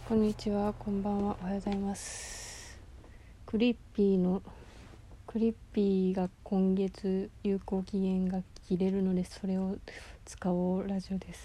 こんにちは、こんばんは、おはようございます。クリッピーが今月有効期限が切れるので、それを使おうラジオです。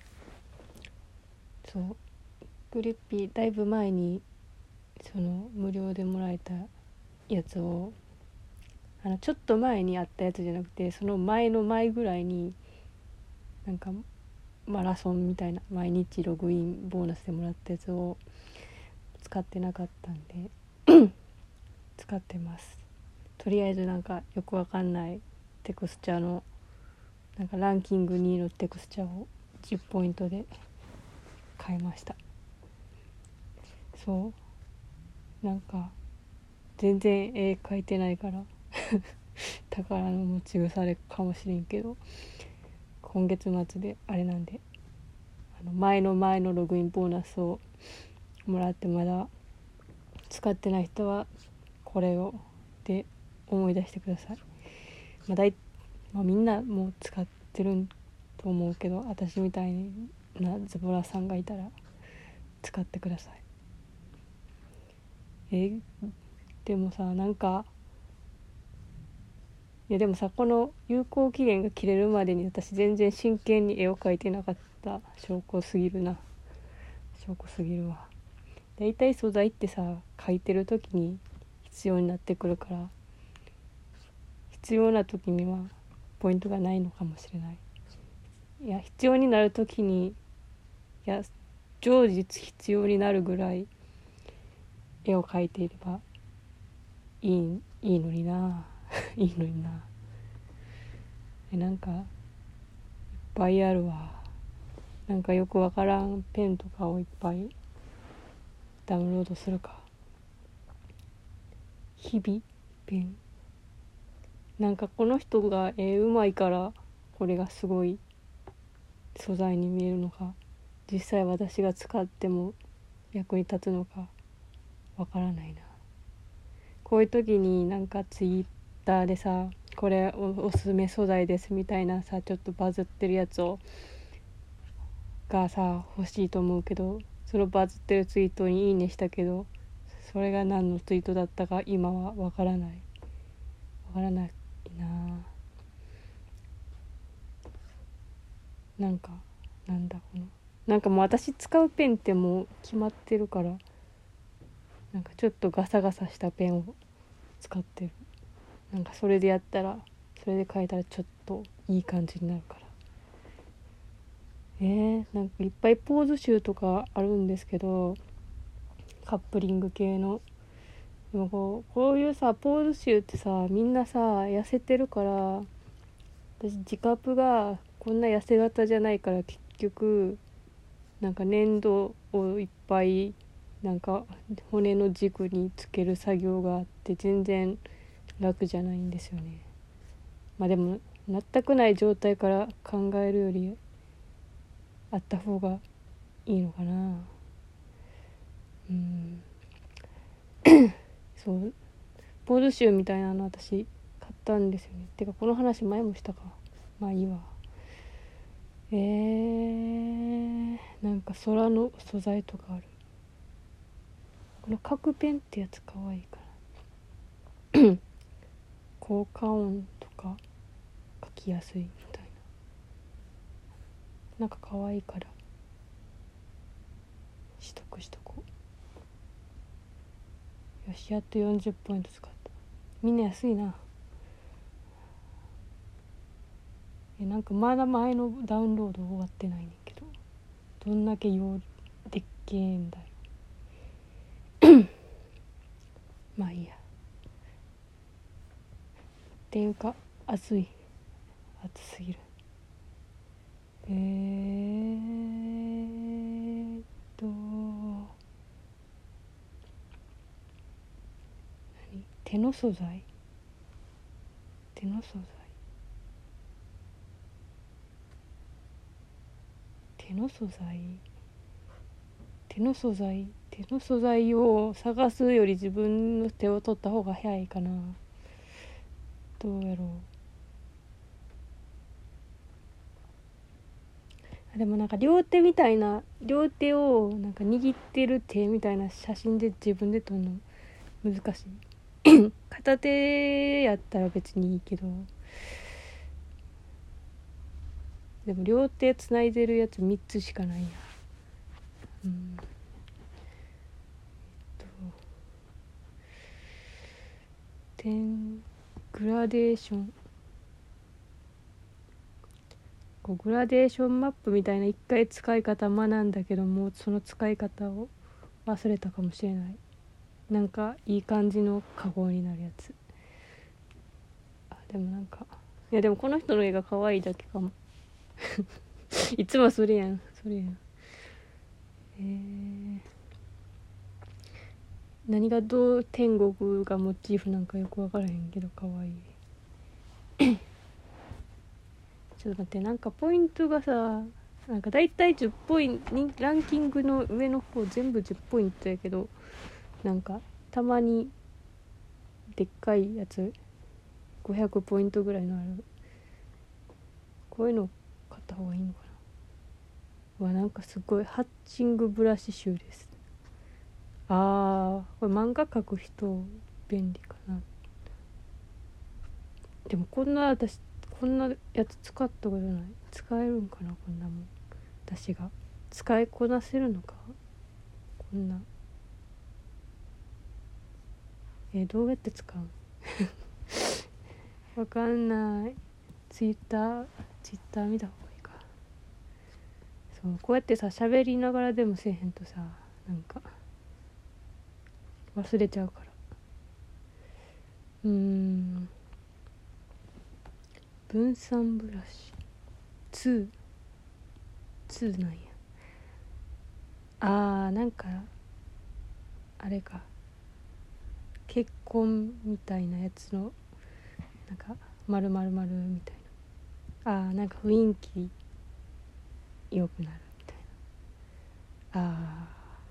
そう、クリッピーだいぶ前にその無料でもらえたやつをちょっと前にあったやつじゃなくて、その前の前ぐらいになんかマラソンみたいな毎日ログインボーナスでもらったやつを使ってなかったんで使ってます。とりあえずなんかよくわかんないテクスチャーのなんかランキング2位のテクスチャーを10ポイントで買いました。そうなんか全然絵描いてないから宝の持ち腐れかもしれんけど、今月末であれなんで、前のログインボーナスをもらってまだ使ってない人はこれをで思い出してください。みんなもう使ってると思うけど、私みたいなズボラさんがいたら使ってください。でもさ、でもさ、この有効期限が切れるまでに私全然真剣に絵を描いてなかった証拠すぎるわ。だいたい素材ってさ、描いてる時に必要になってくるから、必要な時にはポイントがないのかもしれない。いや、必要になる時に、常日必要になるぐらい絵を描いていればいいのにないいのにな。なんかいっぱいあるわ。なんかよくわからんペンとかをいっぱいダウンロードするか。日々ペン、なんかこの人がうまいからこれがすごい素材に見えるのか、実際私が使っても役に立つのかわからないな。こういう時になんかツイッターでさ、これおすすめ素材ですみたいなさ、ちょっとバズってるやつがさ欲しいと思うけど、そのバズってるツイートにいいねしたけど、それが何のツイートだったか今はわからないな。なんかもう私使うペンってもう決まってるから、なんかちょっとガサガサしたペンを使ってる。なんかそれで書いたらちょっといい感じになるから。なんかいっぱいポーズ集とかあるんですけど、カップリング系の。でもこういうさポーズ集ってさ、みんなさ痩せてるから、私自覚がこんな痩せ型じゃないから、結局なんか粘土をいっぱいなんか骨の軸につける作業があって、全然楽じゃないんですよね。でも全くない状態から考えるよりあった方がいいのかな。そうポーズ集みたいなの私買ったんですよね。てかこの話前もしたか。まあいいわ。なんか空の素材とかある。この角ペンってやつかわいいから効果音とか書きやすいみたいな、なんかかわいいからしとこう。よし、やっと40ポイント使った。みんな安いな。なんかまだ前のダウンロード終わってないねんけど、どんだけでっけえんだよまあいいや。っていうか暑すぎる。何手の素材手の素材を探すより自分の手を取った方が早いかな。どうやろでもなんか両手みたいな、両手をなんか握ってる手みたいな写真で自分で撮るの難しい片手やったら別にいいけど、でも両手つないでるやつ3つしかないや。グラデーション、こうグラデーションマップみたいな一回使い方学んだけど、もうその使い方を忘れたかもしれない。なんかいい感じのカゴになるやつ。でもなんか、いやでもこの人の絵が可愛いだけかもいつもそれやん。何がどう天国がモチーフなんかよく分からへんけど可愛いちょっと待って、なんかポイントがさ、なんかだいたい10ポイント、ランキングの上の方全部10ポイントやけど、なんかたまにでっかいやつ500ポイントぐらいのある、こういうの買った方がいいのかな。なんかすごいハッチングブラシ集です。これ漫画描く人便利かな。でもこんなやつ使ったことない。使えるんかな、こんなもん。私が使いこなせるのか、こんな。どうやって使うわかんない。ツイッター見た方がいいか。そう、こうやってさ、喋りながらでもせえへんとさ、なんか忘れちゃうから。分散ブラシ2なんや。なんかあれか、結婚みたいなやつのなんか丸々丸みたいな。なんか雰囲気良くなるみたいな。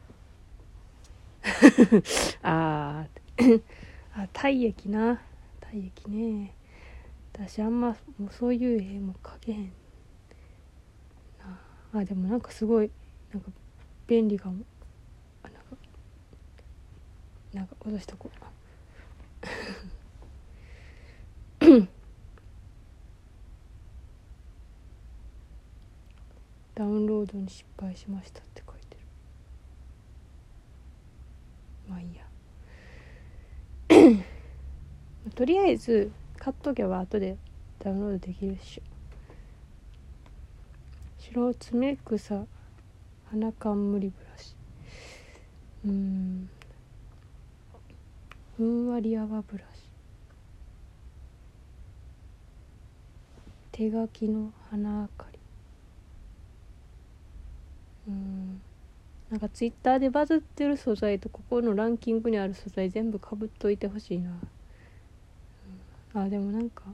体液ね。私あんまもうそういう絵も描けへんな。でもなんかすごいなんか便利かも。なんか落としとこうダウンロードに失敗しましたって書いてる。まあいいやとりあえず買っとけば後でダウンロードできるっしょ。白爪草花冠ブラシ、ふんわり泡ブラシ、手書きの花あかり。なんかツイッターでバズってる素材とここのランキングにある素材全部かぶっといてほしいな。でもなんか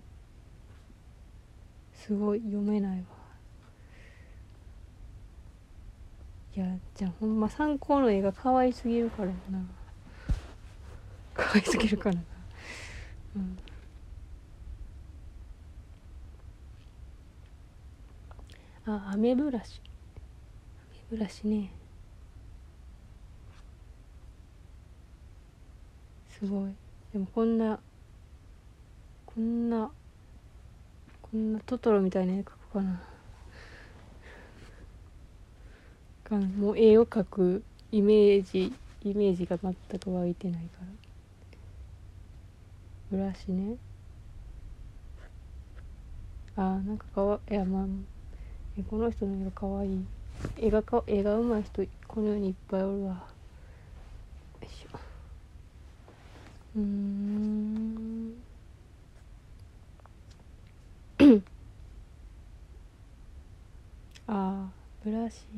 すごい読めないわ。いやじゃあほんま参考の絵が可愛すぎるからな。可愛すぎるからな。飴ブラシね。すごい。でもこんなトトロみたいな絵描くかな。もう絵を描くイメージが全く湧いてないから。ブラシね。なんかいやまあこの人の絵が可愛い。絵が上手い人この世にいっぱいおるわ。よいしょ。ブラシ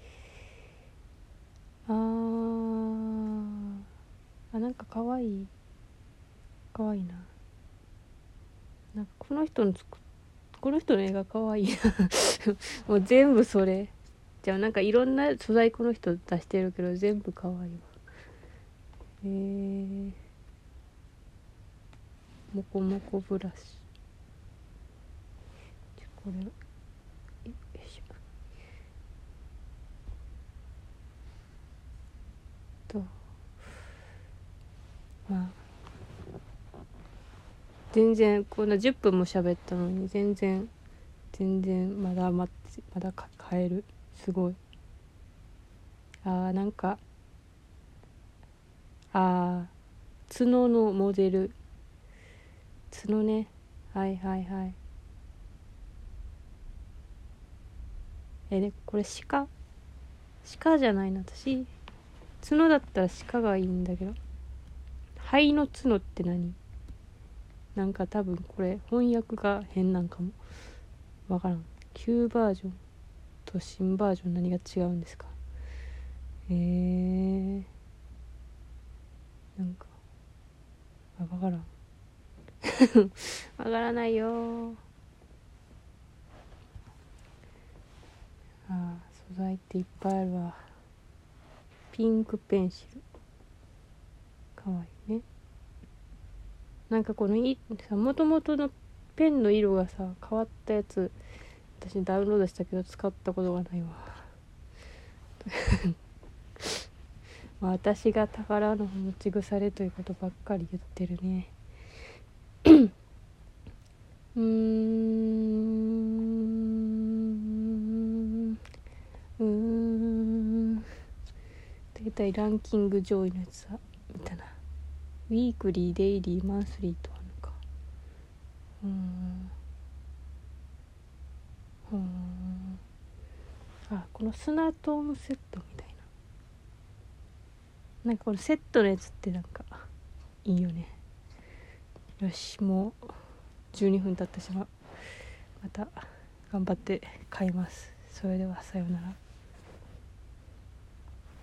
なんか可愛いな。なんかこの人の絵が可愛いなもう全部それじゃあ、なんかいろんな素材この人出してるけど全部可愛いわ。モコモコブラシ、これよいしょ。 まあ全然こんな10分も喋ったのに全然まだ買える。すごい。なんか角のモデル、角ね、はいはいはい。でこれ鹿じゃないな、私角だったら鹿がいいんだけど、灰の角って何？なんか多分これ翻訳が変なんかもわからん。旧バージョンと新バージョン何が違うんですか？なんかわからんわからないよ。素材っていっぱいあるわ。ピンクペンシルかわいいね。なんかこのもともとのペンの色がさ変わったやつ、私ダウンロードしたけど使ったことがないわ私が宝の持ち腐れということばっかり言ってるね大体ランキング上位のやつは見たな。ウィークリー、デイリー、マンスリーとあるのか。この砂トーンセットみたいな、なんかこのセットのやつってなんかいいよね。よし、もう12分経ってしまう。また頑張って買います。それではさようなら。